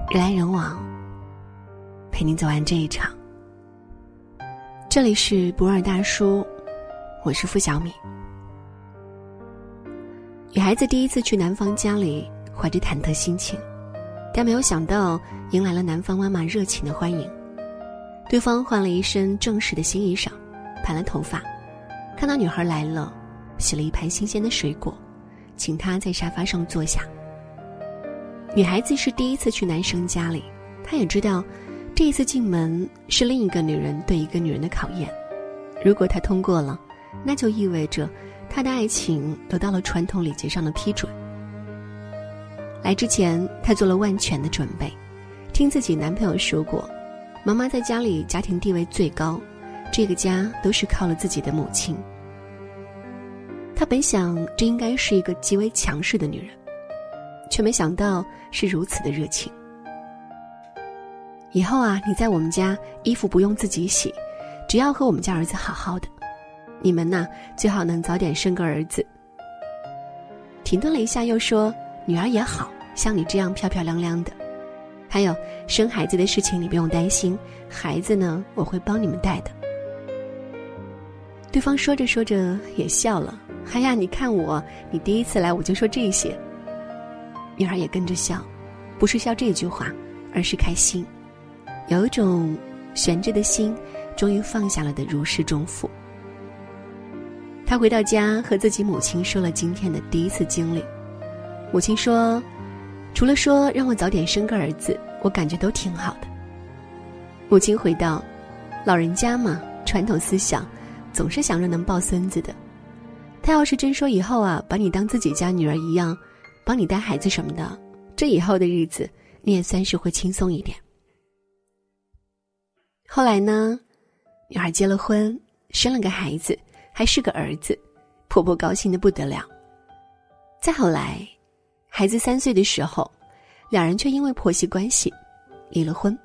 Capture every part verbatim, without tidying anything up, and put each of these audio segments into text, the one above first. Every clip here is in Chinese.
人来人往，陪您走完这一场。这里是不二大叔，我是付小米。女孩子第一次去男方家里，怀着忐忑心情，但没有想到迎来了男方妈妈热情的欢迎。对方换了一身正式的新衣裳，盘了头发，看到女孩来了，洗了一盘新鲜的水果，请她在沙发上坐下。女孩子是第一次去男生家里，她也知道这一次进门是另一个女人对一个女人的考验。如果她通过了，那就意味着她的爱情得到了传统礼节上的批准。来之前，她做了万全的准备，听自己男朋友说过，妈妈在家里家庭地位最高，这个家都是靠了自己的母亲。她本想这应该是一个极为强势的女人，却没想到是如此的热情。以后啊，你在我们家衣服不用自己洗，只要和我们家儿子好好的。你们呢，最好能早点生个儿子。停顿了一下又说，女儿也好，像你这样漂漂亮亮的。还有生孩子的事情你不用担心，孩子呢，我会帮你们带的。对方说着说着也笑了，哎呀，你看我，你第一次来我就说这些。女孩也跟着笑，不是笑这句话，而是开心，有一种悬着的心终于放下了的如释重负。她回到家和自己母亲说了今天的第一次经历。母亲说，除了说让我早点生个儿子，我感觉都挺好的。母亲回道，老人家嘛，传统思想总是想着能抱孙子的。他要是真说以后啊，把你当自己家女儿一样，帮你带孩子什么的，这以后的日子你也算是会轻松一点。后来呢，女孩结了婚，生了个孩子，还是个儿子，婆婆高兴得不得了。再后来，孩子三岁的时候，两人却因为婆媳关系离了婚。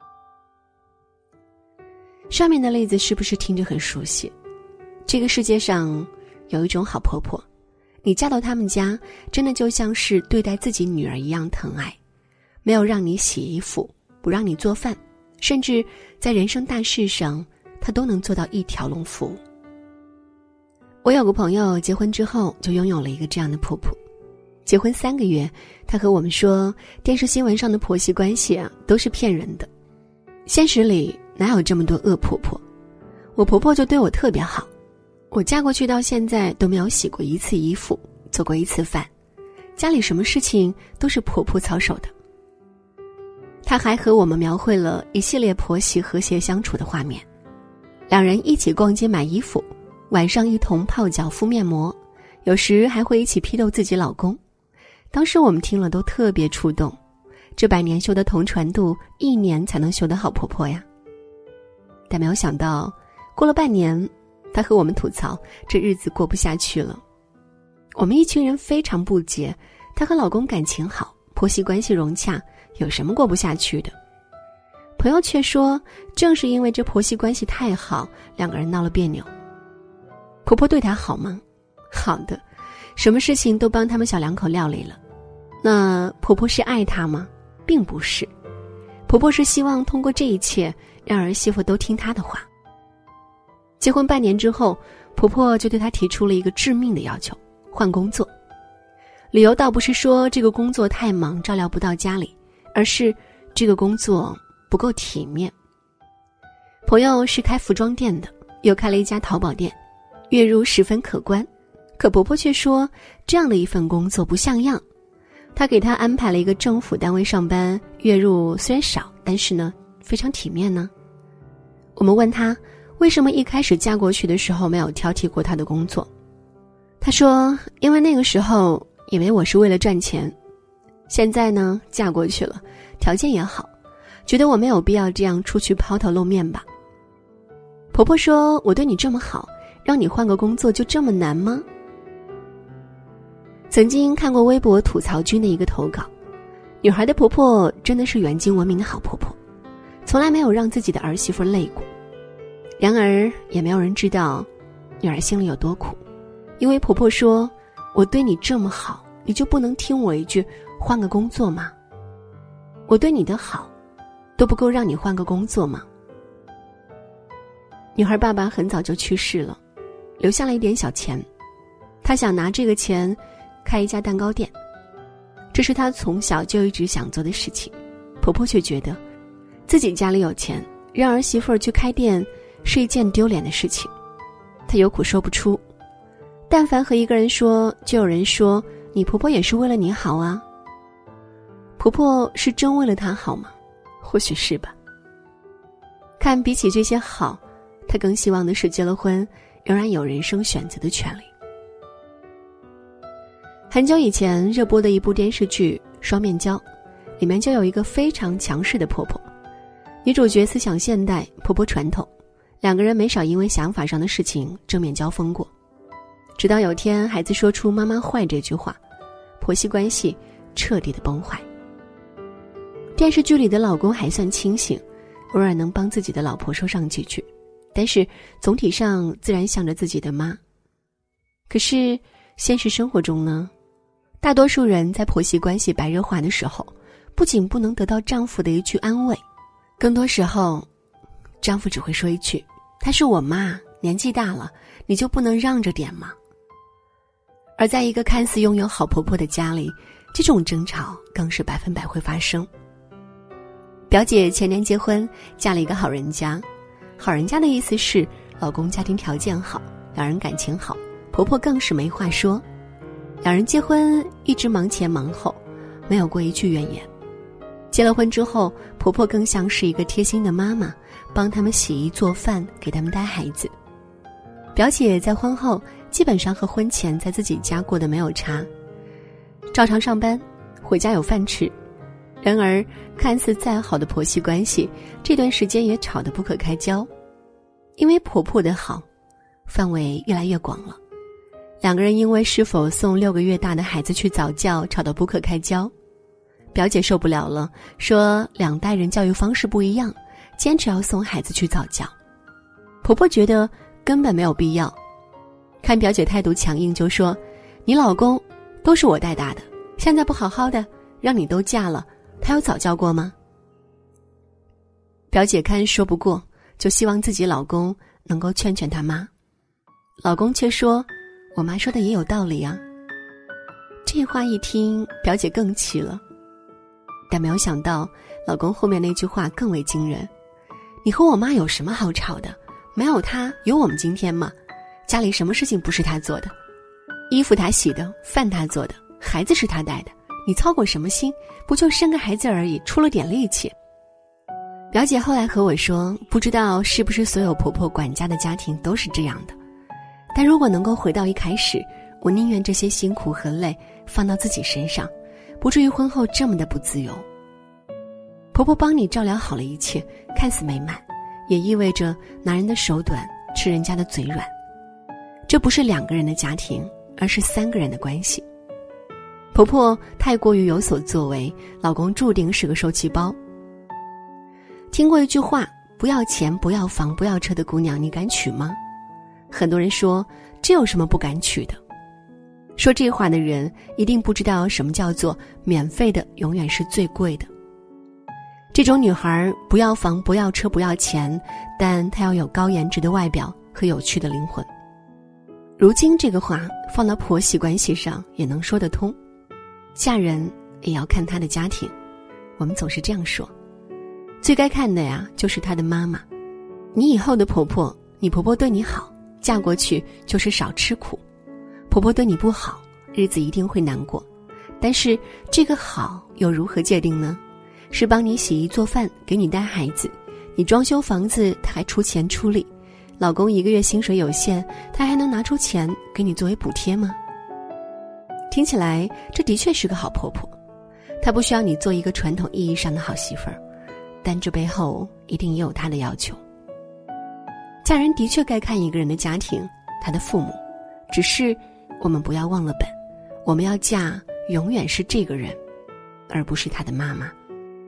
上面的例子是不是听着很熟悉？这个世界上有一种好婆婆，你嫁到他们家，真的就像是对待自己女儿一样疼爱，没有让你洗衣服，不让你做饭，甚至在人生大事上，她都能做到一条龙服务。我有个朋友结婚之后就拥有了一个这样的婆婆。结婚三个月，她和我们说，电视新闻上的婆媳关系啊，都是骗人的。现实里哪有这么多恶婆婆？我婆婆就对我特别好，我嫁过去到现在都没有洗过一次衣服，做过一次饭，家里什么事情都是婆婆操守的。她还和我们描绘了一系列婆媳和谐相处的画面，两人一起逛街买衣服，晚上一同泡脚敷面膜，有时还会一起批斗自己老公。当时我们听了都特别触动，这百年修的同船渡，一年才能修得好婆婆呀。但没有想到，过了半年，她和我们吐槽这日子过不下去了。我们一群人非常不解，她和老公感情好，婆媳关系融洽，有什么过不下去的？朋友却说，正是因为这婆媳关系太好，两个人闹了别扭。婆婆对她好吗？好的，什么事情都帮他们小两口料理了。那婆婆是爱她吗？并不是，婆婆是希望通过这一切让儿媳妇都听她的话。结婚半年之后，婆婆就对她提出了一个致命的要求，换工作。理由倒不是说这个工作太忙照料不到家里，而是这个工作不够体面。朋友是开服装店的，又开了一家淘宝店，月入十分可观，可婆婆却说这样的一份工作不像样。她给她安排了一个政府单位上班，月入虽然少，但是呢非常体面呢。我们问她为什么一开始嫁过去的时候没有挑剔过她的工作。她说，因为那个时候以为我是为了赚钱，现在呢嫁过去了，条件也好，觉得我没有必要这样出去抛头露面吧。婆婆说，我对你这么好，让你换个工作就这么难吗？曾经看过微博吐槽君的一个投稿，女孩的婆婆真的是远近闻名的好婆婆，从来没有让自己的儿媳妇累过。然而也没有人知道女儿心里有多苦，因为婆婆说，我对你这么好，你就不能听我一句换个工作吗？ 我对你的好都不够让你换个工作吗？女孩爸爸很早就去世了，留下了一点小钱，她想拿这个钱开一家蛋糕店，这是她从小就一直想做的事情。婆婆却觉得自己家里有钱，让儿媳妇儿去开店是一件丢脸的事情。她有苦说不出，但凡和一个人说，就有人说你婆婆也是为了你好啊。婆婆是真为了她好吗？或许是吧。看比起这些好，她更希望的是结了婚仍然有人生选择的权利。很久以前热播的一部电视剧《双面胶》，里面就有一个非常强势的婆婆。女主角思想现代，婆婆传统，两个人没少因为想法上的事情正面交锋过。直到有天孩子说出妈妈坏这句话，婆媳关系彻底的崩坏。电视剧里的老公还算清醒，偶尔能帮自己的老婆说上几句，但是总体上自然向着自己的妈。可是现实生活中呢，大多数人在婆媳关系白热化的时候，不仅不能得到丈夫的一句安慰，更多时候丈夫只会说一句，她是我妈，年纪大了，你就不能让着点吗？而在一个看似拥有好婆婆的家里，这种争吵更是百分百会发生。表姐前年结婚，嫁了一个好人家。好人家的意思是老公家庭条件好，两人感情好，婆婆更是没话说。两人结婚一直忙前忙后，没有过一句怨言。结了婚之后，婆婆更像是一个贴心的妈妈，帮他们洗衣做饭，给他们带孩子。表姐在婚后基本上和婚前在自己家过得没有差，照常上班，回家有饭吃。然而看似再好的婆媳关系，这段时间也吵得不可开交。因为婆婆的好范围越来越广了，两个人因为是否送六个月大的孩子去早教吵得不可开交。表姐受不了了，说两代人教育方式不一样，坚持要送孩子去早教。婆婆觉得根本没有必要，看表姐态度强硬，就说你老公都是我带大的，现在不好好的让你都嫁了，他有早教过吗？表姐看说不过，就希望自己老公能够劝劝他妈。老公却说我妈说的也有道理啊。这话一听，表姐更气了，但没有想到老公后面那句话更为惊人，你和我妈有什么好吵的？没有她有我们今天吗？家里什么事情不是她做的？衣服她洗的，饭她做的，孩子是她带的，你操过什么心？不就生个孩子而已，出了点力气。表姐后来和我说，不知道是不是所有婆婆管家的家庭都是这样的，但如果能够回到一开始，我宁愿这些辛苦和累放到自己身上，不至于婚后这么的不自由。婆婆帮你照料好了一切，看似美满，也意味着拿人的手短，吃人家的嘴软。这不是两个人的家庭，而是三个人的关系。婆婆太过于有所作为，老公注定是个受气包。听过一句话，不要钱不要房不要车的姑娘你敢娶吗？很多人说这有什么不敢娶的？说这话的人一定不知道什么叫做免费的永远是最贵的。这种女孩不要房不要车不要钱，但她要有高颜值的外表和有趣的灵魂。如今这个话放到婆媳关系上也能说得通，嫁人也要看她的家庭。我们总是这样说，最该看的呀就是她的妈妈。你以后的婆婆，你婆婆对你好，嫁过去就是少吃苦。婆婆对你不好，日子一定会难过。但是这个好又如何界定呢？是帮你洗衣做饭，给你带孩子，你装修房子她还出钱出力，老公一个月薪水有限，她还能拿出钱给你作为补贴吗？听起来这的确是个好婆婆，她不需要你做一个传统意义上的好媳妇儿，但这背后一定也有她的要求。嫁人的确该看一个人的家庭，他的父母，只是我们不要忘了本，我们要嫁永远是这个人，而不是他的妈妈。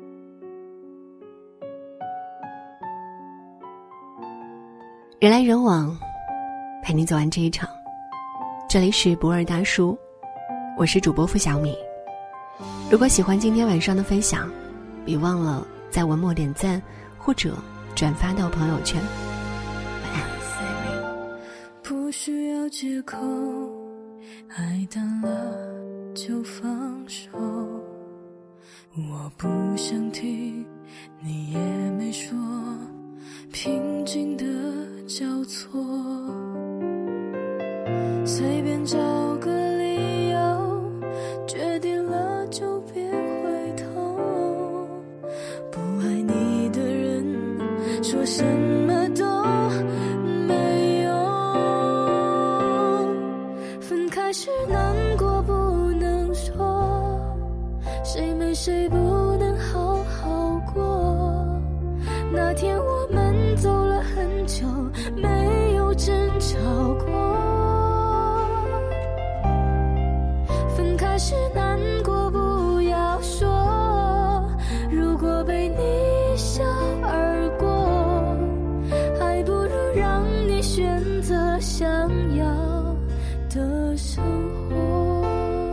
人来人往，陪你走完这一场。这里是不二大叔，我是主播付小米。如果喜欢今天晚上的分享， 别忘了在文末点赞或者转发到朋友圈。晚安。 不需要借口，爱淡了就放手，我不想听，你也没说，平静的交错，随便找个理由，决定了就别回头，不爱你的人说什么都没有，分开时难过不能说，谁没谁不能好好过，那天我们走了很久，没有争吵过，分开时难过不要说，如果被你笑而过，还不如让你选择想要的生活，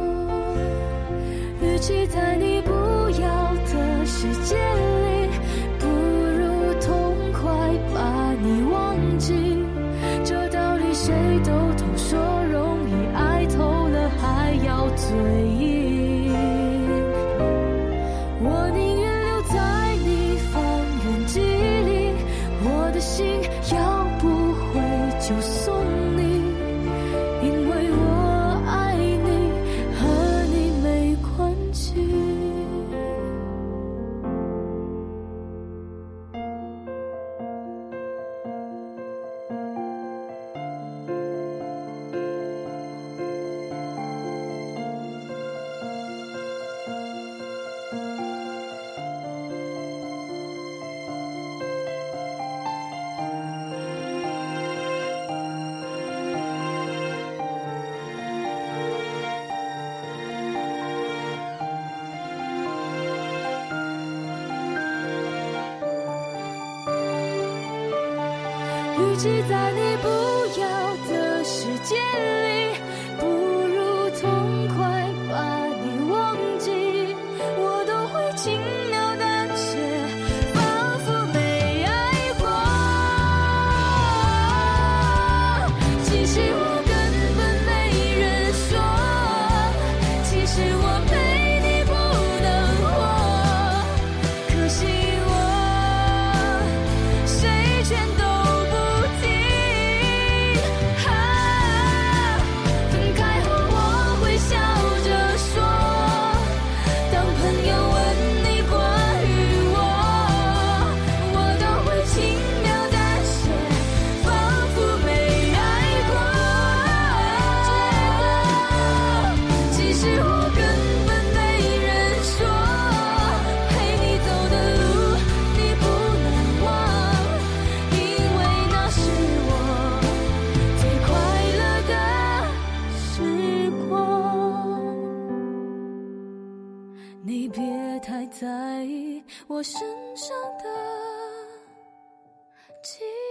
与其在你不要的世界里，不如痛快把你忘记，这道理谁都懂，说容易，爱透了还要嘴硬，我宁愿留在你方圆几里，我的心要不回就送你，因为我爱你，和你没关系。与其在你不要的世界里，不如痛快把你忘记，我都会轻描淡写，仿佛没爱过，其实我根本没人说，其实我陪你不能活，可惜我谁全都你别太在意我身上的记忆。